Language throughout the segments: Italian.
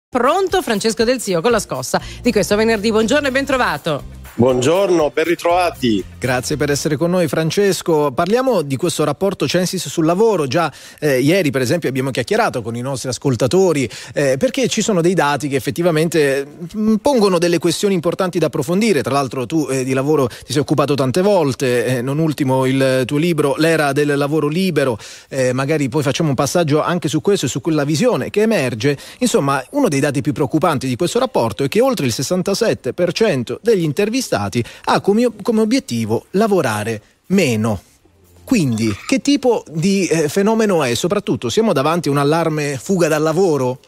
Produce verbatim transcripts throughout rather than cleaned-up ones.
Pronto Francesco Del Zio con la scossa di questo venerdì. Buongiorno e ben trovato. Buongiorno, ben ritrovati. Grazie per essere con noi, Francesco. Parliamo di questo rapporto Censis sul lavoro. Già eh, ieri, per esempio, abbiamo chiacchierato con i nostri ascoltatori eh, perché ci sono dei dati che effettivamente mh, pongono delle questioni importanti da approfondire. Tra l'altro tu eh, di lavoro ti sei occupato tante volte, eh, non ultimo il tuo libro L'era del lavoro libero. Eh, magari poi facciamo un passaggio anche su questo e su quella visione che emerge. Insomma, uno dei dati più preoccupanti di questo rapporto è che oltre il sessantasette per cento degli intervistati ha come, come obiettivo lavorare meno. Quindi che tipo di eh, fenomeno è? Soprattutto siamo davanti a un allarme fuga dal lavoro?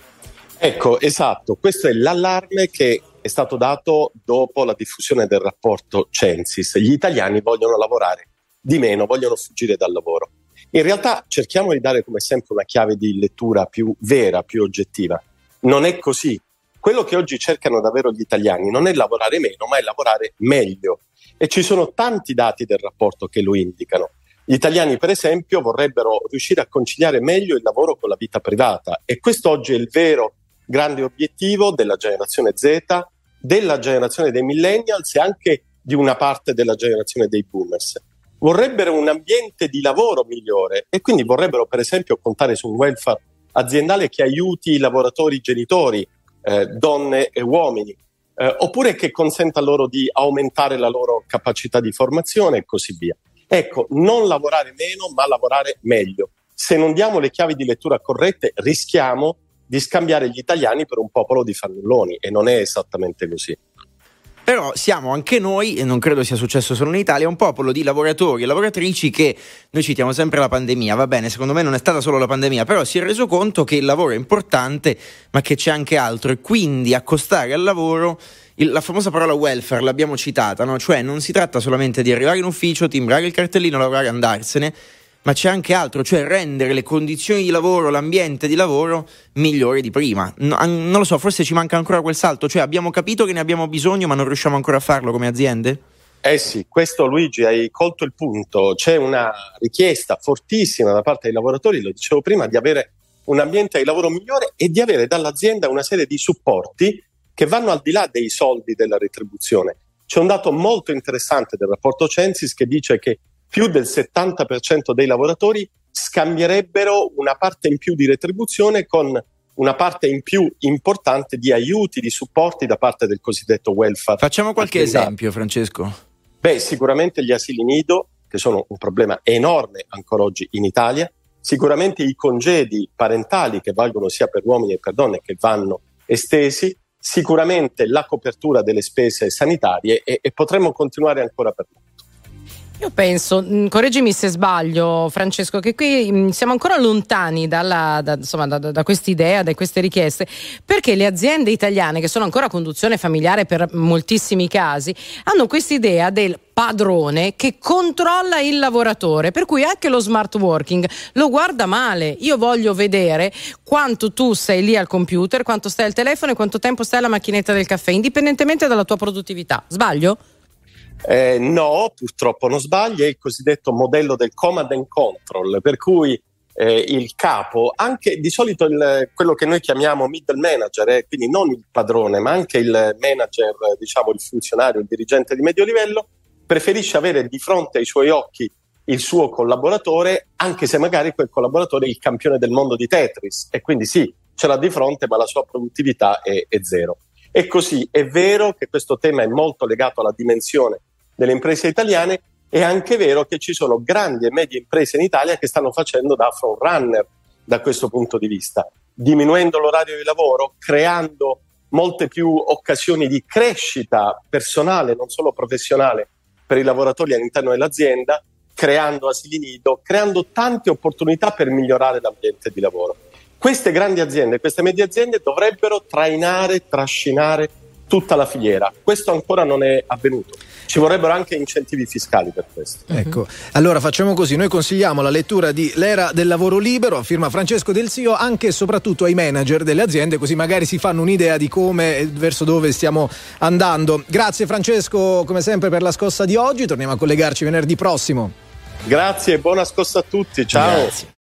Ecco, esatto, questo è l'allarme che è stato dato dopo la diffusione del rapporto Censis. Gli italiani vogliono lavorare di meno, vogliono fuggire dal lavoro. In realtà cerchiamo di dare come sempre una chiave di lettura più vera, più oggettiva. Non è così. Quello che oggi cercano davvero gli italiani non è lavorare meno, ma è lavorare meglio. E ci sono tanti dati del rapporto che lo indicano. Gli italiani, per esempio, vorrebbero riuscire a conciliare meglio il lavoro con la vita privata. E questo oggi è il vero grande obiettivo della generazione Z, della generazione dei millennials e anche di una parte della generazione dei boomers. Vorrebbero un ambiente di lavoro migliore e quindi vorrebbero, per esempio, contare su un welfare aziendale che aiuti i lavoratori genitori, Eh, donne e uomini, eh, oppure che consenta loro di aumentare la loro capacità di formazione e così via. Ecco, non lavorare meno, ma lavorare meglio. Se non diamo le chiavi di lettura corrette, rischiamo di scambiare gli italiani per un popolo di fannulloni e non è esattamente così. Però siamo anche noi, e non credo sia successo solo in Italia, un popolo di lavoratori e lavoratrici che, noi citiamo sempre la pandemia, va bene, secondo me non è stata solo la pandemia, però si è reso conto che il lavoro è importante, ma che c'è anche altro, e quindi accostare al lavoro il, la famosa parola welfare, l'abbiamo citata, no? Cioè non si tratta solamente di arrivare in ufficio, timbrare il cartellino, lavorare e andarsene, ma c'è anche altro, cioè rendere le condizioni di lavoro, l'ambiente di lavoro migliori di prima. No, non lo so, forse ci manca ancora quel salto, cioè abbiamo capito che ne abbiamo bisogno ma non riusciamo ancora a farlo come aziende? Eh sì, questo Luigi hai colto il punto, c'è una richiesta fortissima da parte dei lavoratori, lo dicevo prima, di avere un ambiente di lavoro migliore e di avere dall'azienda una serie di supporti che vanno al di là dei soldi della retribuzione. C'è un dato molto interessante del rapporto Censis che dice che più del settanta per cento dei lavoratori scambierebbero una parte in più di retribuzione con una parte in più importante di aiuti, di supporti da parte del cosiddetto welfare. Facciamo qualche aziendale. esempio, Francesco. Beh, sicuramente gli asili nido, che sono un problema enorme ancora oggi in Italia, sicuramente i congedi parentali che valgono sia per uomini che per donne, che vanno estesi, sicuramente la copertura delle spese sanitarie e, e potremmo continuare ancora per molto. Io penso, correggimi se sbaglio Francesco, che qui siamo ancora lontani dalla, da, insomma, da, da quest'idea, da queste richieste, perché le aziende italiane, che sono ancora a conduzione familiare per moltissimi casi, hanno quest'idea del padrone che controlla il lavoratore, per cui anche lo smart working lo guarda male. Io voglio vedere quanto tu sei lì al computer, quanto stai al telefono e quanto tempo stai alla macchinetta del caffè, indipendentemente dalla tua produttività. Sbaglio? Eh, no, purtroppo non sbagli, è il cosiddetto modello del command and control, per cui eh, il capo, anche di solito il, quello che noi chiamiamo middle manager, eh, quindi non il padrone, ma anche il manager, diciamo il funzionario, il dirigente di medio livello, preferisce avere di fronte ai suoi occhi il suo collaboratore, anche se magari quel collaboratore è il campione del mondo di Tetris, e quindi sì, ce l'ha di fronte, ma la sua produttività è, è zero. E così è vero che questo tema è molto legato alla dimensione delle imprese italiane, è anche vero che ci sono grandi e medie imprese in Italia che stanno facendo da frontrunner da questo punto di vista, diminuendo l'orario di lavoro, creando molte più occasioni di crescita personale, non solo professionale, per i lavoratori all'interno dell'azienda, creando asili nido, creando tante opportunità per migliorare l'ambiente di lavoro. Queste grandi aziende, queste medie aziende dovrebbero trainare, trascinare tutta la filiera. Questo ancora non è avvenuto. Ci vorrebbero anche incentivi fiscali per questo. Ecco, allora facciamo così, noi consigliamo la lettura di L'era del lavoro libero, firma Francesco Del Zio, anche e soprattutto ai manager delle aziende, così magari si fanno un'idea di come e verso dove stiamo andando. Grazie Francesco, come sempre, per la scossa di oggi, torniamo a collegarci venerdì prossimo. Grazie e buona scossa a tutti, ciao. Grazie.